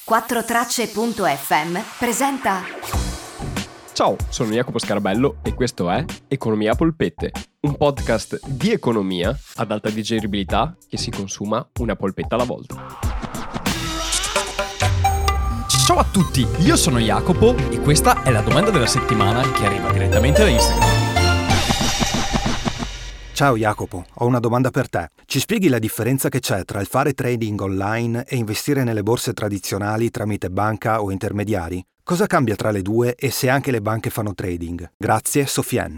4Tracce.fm presenta. Ciao, sono Jacopo Scarabello e questo è Economia a polpette, un podcast di economia ad alta digeribilità che si consuma una polpetta alla volta. Ciao a tutti, io sono Jacopo e questa è la domanda della settimana che arriva direttamente da Instagram. Ciao Jacopo, ho una domanda per te. Ci spieghi la differenza che c'è tra il fare trading online e investire nelle borse tradizionali tramite banca o intermediari? Cosa cambia tra le due e se anche le banche fanno trading? Grazie, Sofiane.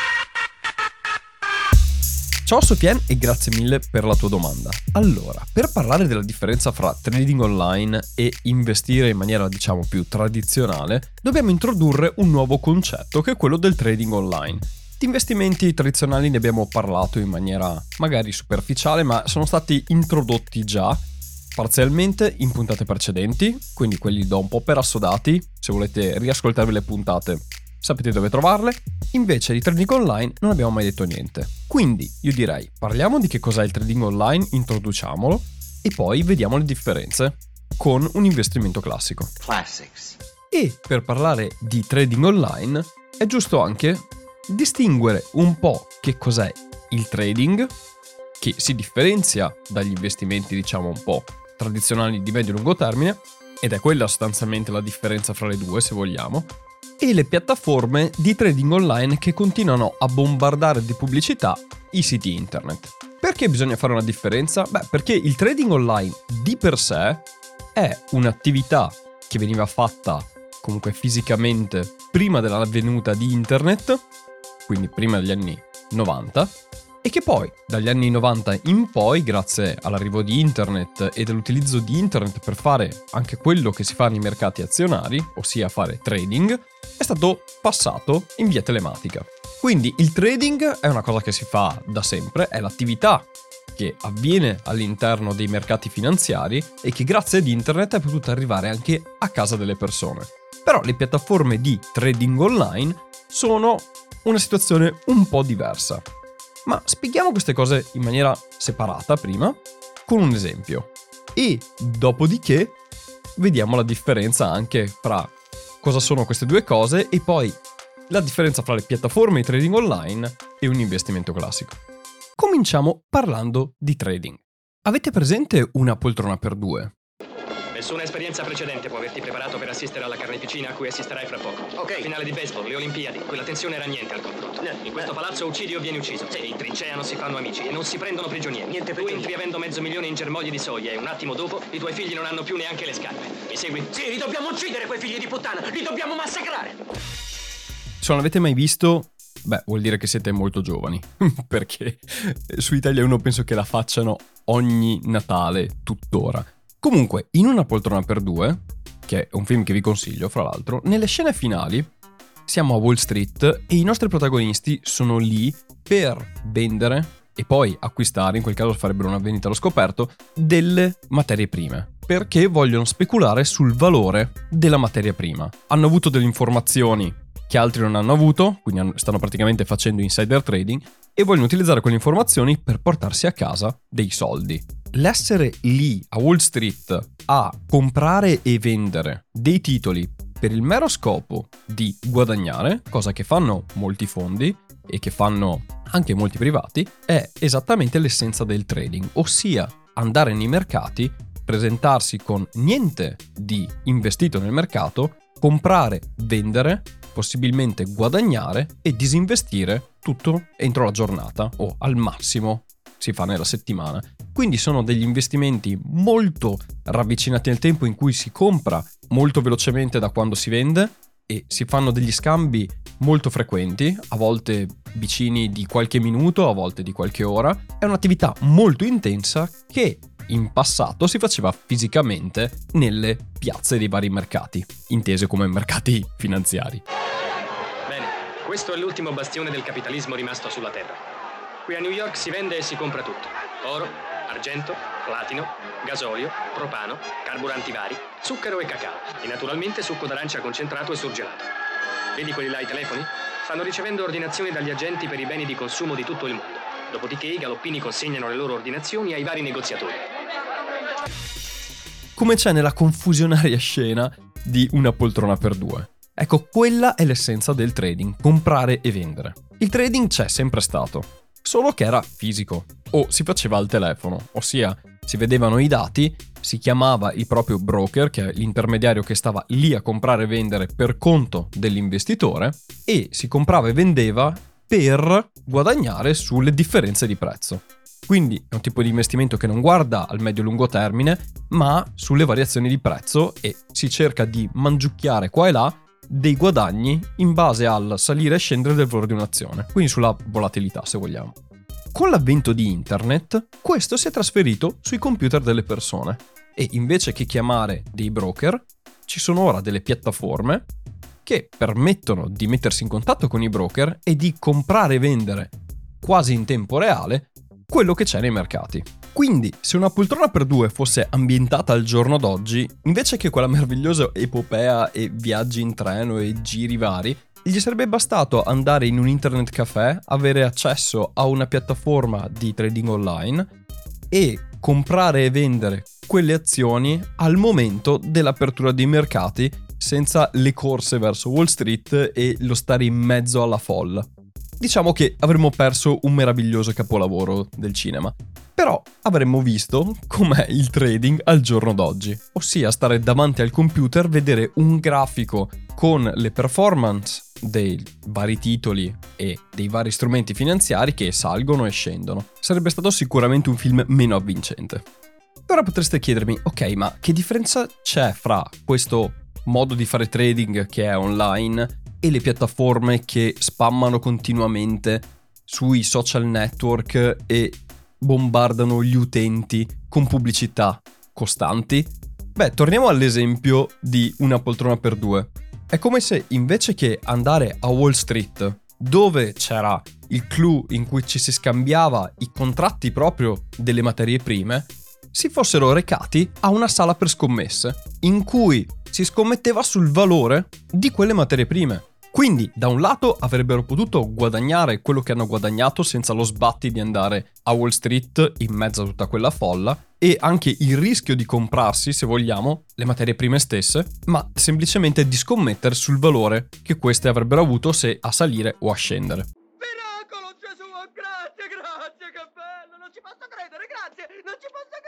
Ciao Sofiane e grazie mille per la tua domanda. Allora, per parlare della differenza fra trading online e investire in maniera più tradizionale, dobbiamo introdurre un nuovo concetto che è quello del trading online. Di investimenti tradizionali ne abbiamo parlato in maniera magari superficiale, ma sono stati introdotti già parzialmente in puntate precedenti, quindi quelli da un po' per assodati. Se volete riascoltarvi le puntate sapete dove trovarle. Invece di trading online non abbiamo mai detto niente. Quindi io direi parliamo di che cos'è il trading online, introduciamolo e poi vediamo le differenze con un investimento classico. Classics. E per parlare di trading online è giusto anche distinguere un po' che cos'è il trading, che si differenzia dagli investimenti un po' tradizionali di medio e lungo termine, ed è quella sostanzialmente la differenza fra le due se vogliamo, e le piattaforme di trading online che continuano a bombardare di pubblicità i siti internet. Perché bisogna fare una differenza? Perché il trading online di per sé è un'attività che veniva fatta comunque fisicamente prima della venuta di internet, quindi prima degli anni 90, e che poi dagli anni 90 in poi, grazie all'arrivo di internet e dell'utilizzo di internet per fare anche quello che si fa nei mercati azionari, ossia fare trading, è stato passato in via telematica. Quindi il trading è una cosa che si fa da sempre, è l'attività che avviene all'interno dei mercati finanziari e che grazie ad internet è potuta arrivare anche a casa delle persone. Però le piattaforme di trading online sono una situazione un po' diversa. Ma spieghiamo queste cose in maniera separata prima, con un esempio. E dopodiché vediamo la differenza anche fra cosa sono queste due cose e poi la differenza fra le piattaforme di trading online e un investimento classico. Cominciamo parlando di trading. Avete presente una poltrona per due? Nessuna esperienza precedente può averti preparato per assistere alla carneficina a cui assisterai fra poco. Ok. Finale di baseball, le Olimpiadi. Quella tensione era niente al confronto. In questo palazzo uccidi o vieni ucciso. Sì. In trincea non si fanno amici e non si prendono prigionieri. Niente prigionieri. Tu entri avendo 500.000 in germogli di soia e un attimo dopo i tuoi figli non hanno più neanche le scarpe. Mi segui? Sì, li dobbiamo uccidere quei figli di puttana. Li dobbiamo massacrare. Se non l'avete mai visto, vuol dire che siete molto giovani. Perché su Italia 1 penso che la facciano ogni Natale tuttora. Comunque, in Una poltrona per due, che è un film che vi consiglio, fra l'altro, nelle scene finali siamo a Wall Street e i nostri protagonisti sono lì per vendere e poi acquistare, in quel caso farebbero una vendita allo scoperto, delle materie prime, perché vogliono speculare sul valore della materia prima. Hanno avuto delle informazioni che altri non hanno avuto, quindi stanno praticamente facendo insider trading e vogliono utilizzare quelle informazioni per portarsi a casa dei soldi. L'essere lì a Wall Street a comprare e vendere dei titoli per il mero scopo di guadagnare, cosa che fanno molti fondi e che fanno anche molti privati, è esattamente l'essenza del trading, ossia andare nei mercati, presentarsi con niente di investito nel mercato, comprare, vendere, possibilmente guadagnare e disinvestire tutto entro la giornata o al massimo si fa nella settimana. Quindi sono degli investimenti molto ravvicinati nel tempo in cui si compra molto velocemente da quando si vende e si fanno degli scambi molto frequenti, a volte vicini di qualche minuto, a volte di qualche ora. È un'attività molto intensa che in passato si faceva fisicamente nelle piazze dei vari mercati, intese come mercati finanziari. Bene, questo è l'ultimo bastione del capitalismo rimasto sulla Terra. Qui a New York si vende e si compra tutto. Oro, argento, platino, gasolio, propano, carburanti vari, zucchero e cacao. E naturalmente succo d'arancia concentrato e surgelato. Vedi quelli là ai telefoni? Stanno ricevendo ordinazioni dagli agenti per i beni di consumo di tutto il mondo. Dopodiché i galoppini consegnano le loro ordinazioni ai vari negoziatori. come c'è nella confusionaria scena di una poltrona per due. Ecco, quella è l'essenza del trading, comprare e vendere. Il trading c'è sempre stato, solo che era fisico, o si faceva al telefono, ossia si vedevano i dati, si chiamava il proprio broker, che è l'intermediario che stava lì a comprare e vendere per conto dell'investitore, e si comprava e vendeva per guadagnare sulle differenze di prezzo. Quindi è un tipo di investimento che non guarda al medio-lungo termine, ma sulle variazioni di prezzo, e si cerca di mangiucchiare qua e là dei guadagni in base al salire e scendere del valore di un'azione, quindi sulla volatilità, se vogliamo. Con l'avvento di internet, questo si è trasferito sui computer delle persone, e invece che chiamare dei broker, ci sono ora delle piattaforme che permettono di mettersi in contatto con i broker e di comprare e vendere quasi in tempo reale quello che c'è nei mercati. Quindi, se una poltrona per due fosse ambientata al giorno d'oggi, invece che quella meravigliosa epopea e viaggi in treno e giri vari, gli sarebbe bastato andare in un internet caffè, avere accesso a una piattaforma di trading online e comprare e vendere quelle azioni al momento dell'apertura dei mercati, senza le corse verso Wall Street e lo stare in mezzo alla folla. Diciamo che avremmo perso un meraviglioso capolavoro del cinema. Però avremmo visto com'è il trading al giorno d'oggi, ossia stare davanti al computer, vedere un grafico con le performance dei vari titoli e dei vari strumenti finanziari che salgono e scendono. Sarebbe stato sicuramente un film meno avvincente. Ora potreste chiedermi, ok, ma che differenza c'è fra questo modo di fare trading che è online e le piattaforme che spammano continuamente sui social network e bombardano gli utenti con pubblicità costanti? Beh, torniamo all'esempio di una poltrona per due. È come se invece che andare a Wall Street, dove c'era il clou in cui ci si scambiava i contratti proprio delle materie prime, si fossero recati a una sala per scommesse, in cui si scommetteva sul valore di quelle materie prime. Quindi, da un lato, avrebbero potuto guadagnare quello che hanno guadagnato senza lo sbatti di andare a Wall Street in mezzo a tutta quella folla, e anche il rischio di comprarsi, se vogliamo, le materie prime stesse, ma semplicemente di scommettere sul valore che queste avrebbero avuto se a salire o a scendere. Miracolo, Gesù, grazie, che bello, non ci posso credere, grazie, non ci posso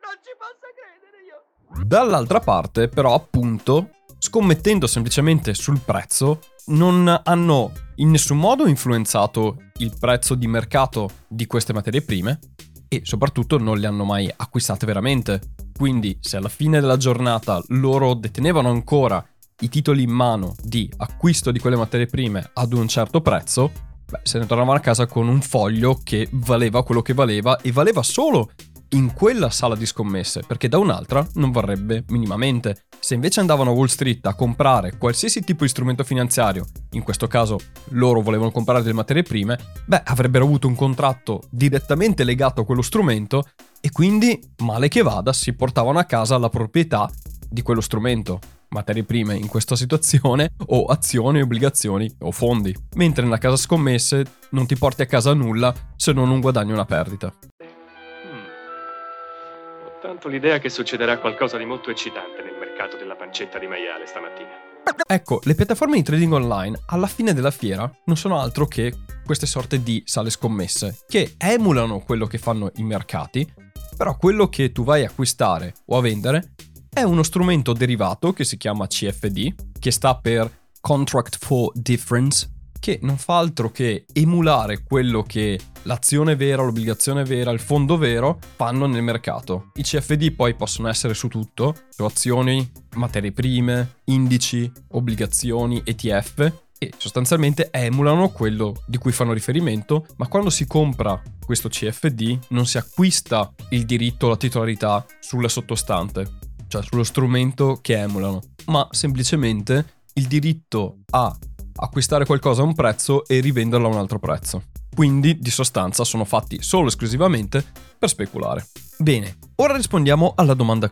credere io. Dall'altra parte, però, appunto, scommettendo semplicemente sul prezzo, non hanno in nessun modo influenzato il prezzo di mercato di queste materie prime e soprattutto non le hanno mai acquistate veramente. Quindi, se alla fine della giornata loro detenevano ancora i titoli in mano di acquisto di quelle materie prime ad un certo prezzo, se ne tornavano a casa con un foglio che valeva quello che valeva, e valeva solo in quella sala di scommesse, perché da un'altra non varrebbe minimamente. Se invece andavano a Wall Street a comprare qualsiasi tipo di strumento finanziario, in questo caso loro volevano comprare delle materie prime, avrebbero avuto un contratto direttamente legato a quello strumento e quindi, male che vada, si portavano a casa la proprietà di quello strumento, materie prime in questa situazione, o azioni, obbligazioni o fondi. Mentre nella casa scommesse non ti porti a casa nulla se non un guadagno e una perdita. Ho tanto l'idea che succederà qualcosa di molto eccitante nel mercato della pancetta di maiale stamattina. Ecco, le piattaforme di trading online alla fine della fiera non sono altro che queste sorte di sale scommesse che emulano quello che fanno i mercati, però quello che tu vai a acquistare o a vendere è uno strumento derivato che si chiama CFD, che sta per Contract for Difference, che non fa altro che emulare quello che l'azione vera, l'obbligazione vera, il fondo vero fanno nel mercato. I CFD poi possono essere su tutto, su azioni, materie prime, indici, obbligazioni, ETF, e sostanzialmente emulano quello di cui fanno riferimento, ma quando si compra questo CFD non si acquista il diritto o la titolarità sulla sottostante, cioè sullo strumento che emulano, ma semplicemente il diritto a acquistare qualcosa a un prezzo e rivenderlo a un altro prezzo. Quindi, di sostanza, sono fatti solo esclusivamente per speculare. Bene, ora rispondiamo alla domanda clou.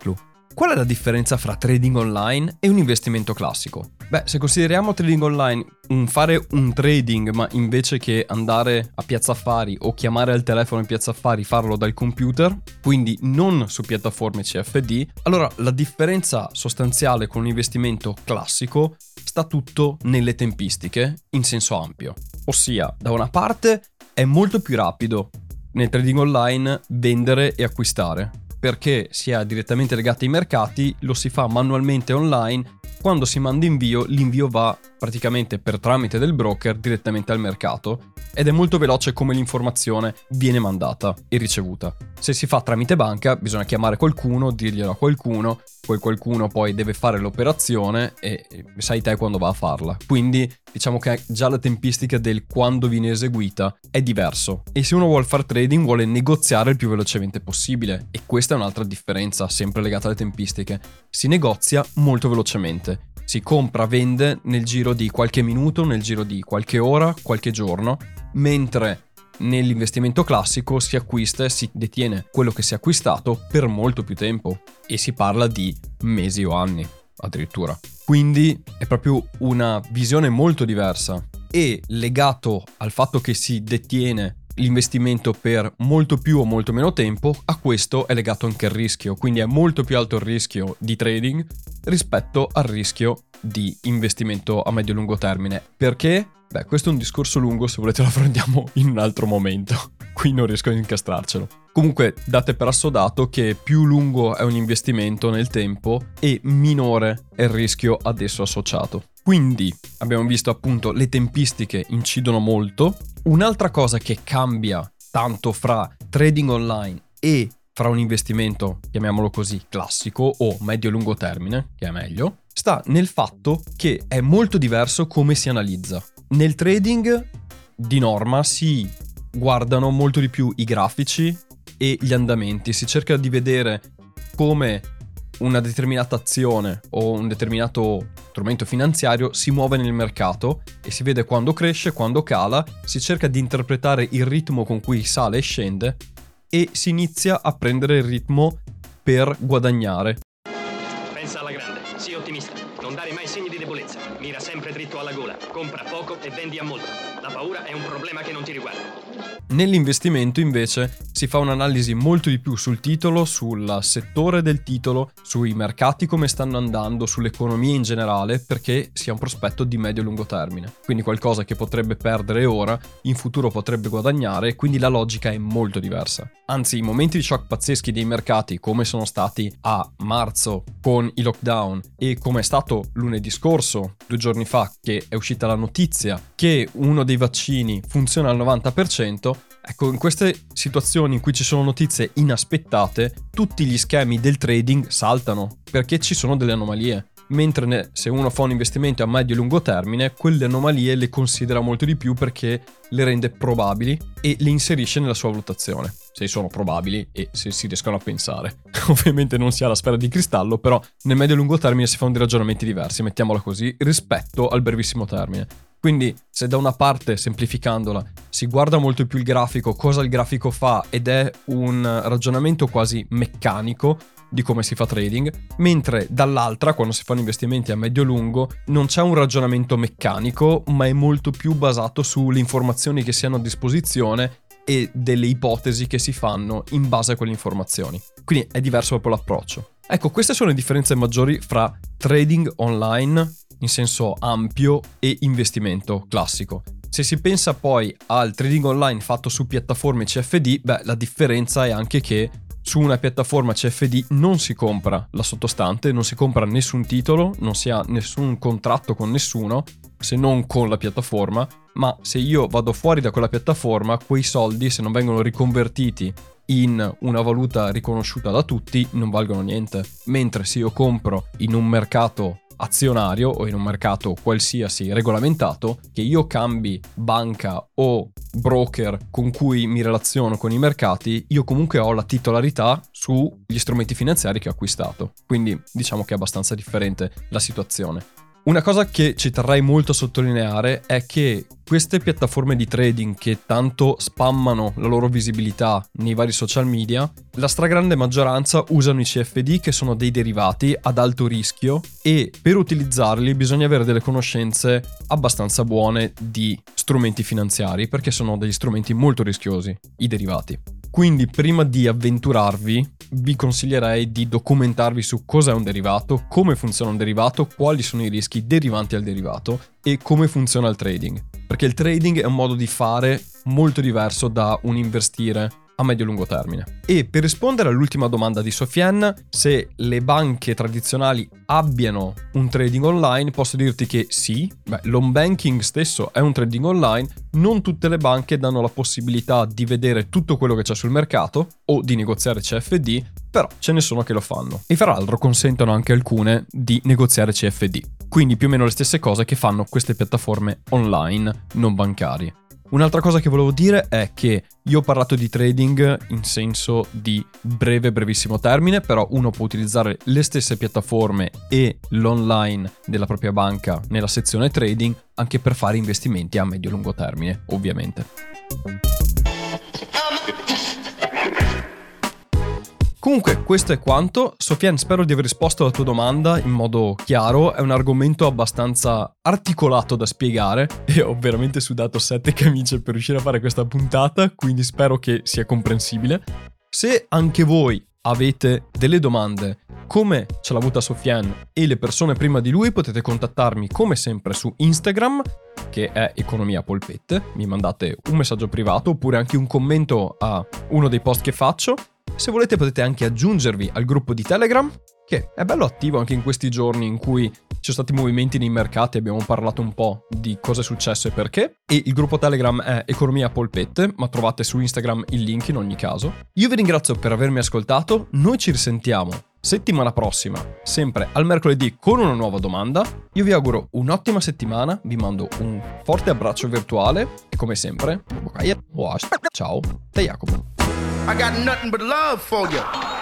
Qual è la differenza fra trading online e un investimento classico? Beh, se consideriamo trading online fare un trading, ma invece che andare a Piazza Affari o chiamare al telefono in Piazza Affari, farlo dal computer, quindi non su piattaforme CFD, allora la differenza sostanziale con un investimento classico sta tutto nelle tempistiche in senso ampio. Ossia, da una parte è molto più rapido nel trading online vendere e acquistare, perché si è direttamente legati ai mercati, lo si fa manualmente online. Quando si manda l'invio va praticamente per tramite del broker direttamente al mercato ed è molto veloce come l'informazione viene mandata e ricevuta. Se si fa tramite banca bisogna chiamare qualcuno, dirglielo a qualcuno, poi qualcuno poi deve fare l'operazione e sai te quando va a farla. Quindi diciamo che già la tempistica del quando viene eseguita è diverso, e se uno vuole fare trading vuole negoziare il più velocemente possibile, e questa è un'altra differenza sempre legata alle tempistiche. Si negozia molto velocemente, si compra, vende nel giro di qualche minuto, nel giro di qualche ora, qualche giorno, mentre nell'investimento classico si acquista e si detiene quello che si è acquistato per molto più tempo, e si parla di mesi o anni addirittura. Quindi è proprio una visione molto diversa, e legato al fatto che si detiene l'investimento per molto più o molto meno tempo, a questo è legato anche il rischio, quindi è molto più alto il rischio di trading rispetto al rischio di investimento a medio-lungo termine. Perché? Beh, questo è un discorso lungo, se volete lo affrontiamo in un altro momento. Qui non riesco a incastrarcelo. Comunque date per assodato che più lungo è un investimento nel tempo e minore è il rischio ad esso associato. Quindi abbiamo visto appunto le tempistiche incidono molto. Un'altra cosa che cambia tanto fra trading online e fra un investimento, chiamiamolo così, classico o medio-lungo termine, che è meglio, sta nel fatto che è molto diverso come si analizza. Nel trading di norma si guardano molto di più i grafici e gli andamenti, si cerca di vedere come una determinata azione o un determinato strumento finanziario si muove nel mercato e si vede quando cresce, quando cala, si cerca di interpretare il ritmo con cui sale e scende e si inizia a prendere il ritmo per guadagnare. Pensa alla grande, sii ottimista, non dare mai segni di debolezza, mira sempre dritto alla gola, compra poco e vendi a molto. La paura è un problema che non ti riguarda. Nell'investimento invece si fa un'analisi molto di più sul titolo, sul settore del titolo, sui mercati come stanno andando, sull'economia in generale, perché si ha un prospetto di medio-lungo termine. Quindi qualcosa che potrebbe perdere ora, in futuro potrebbe guadagnare, quindi la logica è molto diversa. Anzi, i momenti di shock pazzeschi dei mercati, come sono stati a marzo con i lockdown e come è stato lunedì scorso, 2 giorni fa, che è uscita la notizia che uno dei vaccini funziona al 90%, ecco, in queste situazioni in cui ci sono notizie inaspettate, tutti gli schemi del trading saltano, perché ci sono delle anomalie. Mentre se uno fa un investimento a medio e lungo termine, quelle anomalie le considera molto di più perché le rende probabili e le inserisce nella sua valutazione, se sono probabili e se si riescono a pensare. Ovviamente non si ha la sfera di cristallo, però nel medio e lungo termine si fanno dei ragionamenti diversi, mettiamola così, rispetto al brevissimo termine. Quindi se da una parte, semplificandola, si guarda molto più il grafico, cosa il grafico fa, ed è un ragionamento quasi meccanico di come si fa trading, mentre dall'altra, quando si fanno investimenti a medio-lungo, non c'è un ragionamento meccanico, ma è molto più basato sulle informazioni che si hanno a disposizione e delle ipotesi che si fanno in base a quelle informazioni. Quindi è diverso proprio l'approccio. Ecco, queste sono le differenze maggiori fra trading online in senso ampio e investimento classico. Se si pensa poi al trading online fatto su piattaforme CFD, beh, la differenza è anche che su una piattaforma CFD non si compra la sottostante, non si compra nessun titolo, non si ha nessun contratto con nessuno, se non con la piattaforma, ma se io vado fuori da quella piattaforma, quei soldi, se non vengono riconvertiti in una valuta riconosciuta da tutti, non valgono niente. Mentre se io compro in un mercato azionario o in un mercato qualsiasi regolamentato, che io cambi banca o broker con cui mi relaziono con i mercati, io comunque ho la titolarità sugli strumenti finanziari che ho acquistato. Quindi diciamo che è abbastanza differente la situazione. Una cosa che ci terrei molto a sottolineare è che queste piattaforme di trading che tanto spammano la loro visibilità nei vari social media, la stragrande maggioranza usano i CFD, che sono dei derivati ad alto rischio, e per utilizzarli bisogna avere delle conoscenze abbastanza buone di strumenti finanziari, perché sono degli strumenti molto rischiosi, i derivati. Quindi prima di avventurarvi vi consiglierei di documentarvi su cosa è un derivato, come funziona un derivato, quali sono i rischi derivanti al derivato e come funziona il trading. Perché il trading è un modo di fare molto diverso da un investire a medio-lungo termine. E per rispondere all'ultima domanda di Sofiane, se le banche tradizionali abbiano un trading online, posso dirti che sì, l'home banking stesso è un trading online, non tutte le banche danno la possibilità di vedere tutto quello che c'è sul mercato o di negoziare CFD, però ce ne sono che lo fanno. E fra l'altro consentono anche alcune di negoziare CFD, quindi più o meno le stesse cose che fanno queste piattaforme online non bancarie. Un'altra cosa che volevo dire è che io ho parlato di trading in senso di brevissimo termine, però uno può utilizzare le stesse piattaforme e l'online della propria banca nella sezione trading anche per fare investimenti a medio-lungo termine, ovviamente. Comunque, questo è quanto. Sofiane, spero di aver risposto alla tua domanda in modo chiaro. È un argomento abbastanza articolato da spiegare e ho veramente sudato 7 camicie per riuscire a fare questa puntata, quindi spero che sia comprensibile. Se anche voi avete delle domande come ce l'ha avuta Sofiane e le persone prima di lui, potete contattarmi come sempre su Instagram, che è Economia Polpette. Mi mandate un messaggio privato oppure anche un commento a uno dei post che faccio. Se volete potete anche aggiungervi al gruppo di Telegram, che è bello attivo anche in questi giorni in cui ci sono stati movimenti nei mercati, abbiamo parlato un po' di cosa è successo e perché. E il gruppo Telegram è Economia Polpette, ma trovate su Instagram il link in ogni caso. Io vi ringrazio per avermi ascoltato, noi ci risentiamo settimana prossima, sempre al mercoledì con una nuova domanda. Io vi auguro un'ottima settimana, vi mando un forte abbraccio virtuale e come sempre, ciao da Jacopo. I got nothing but love for you.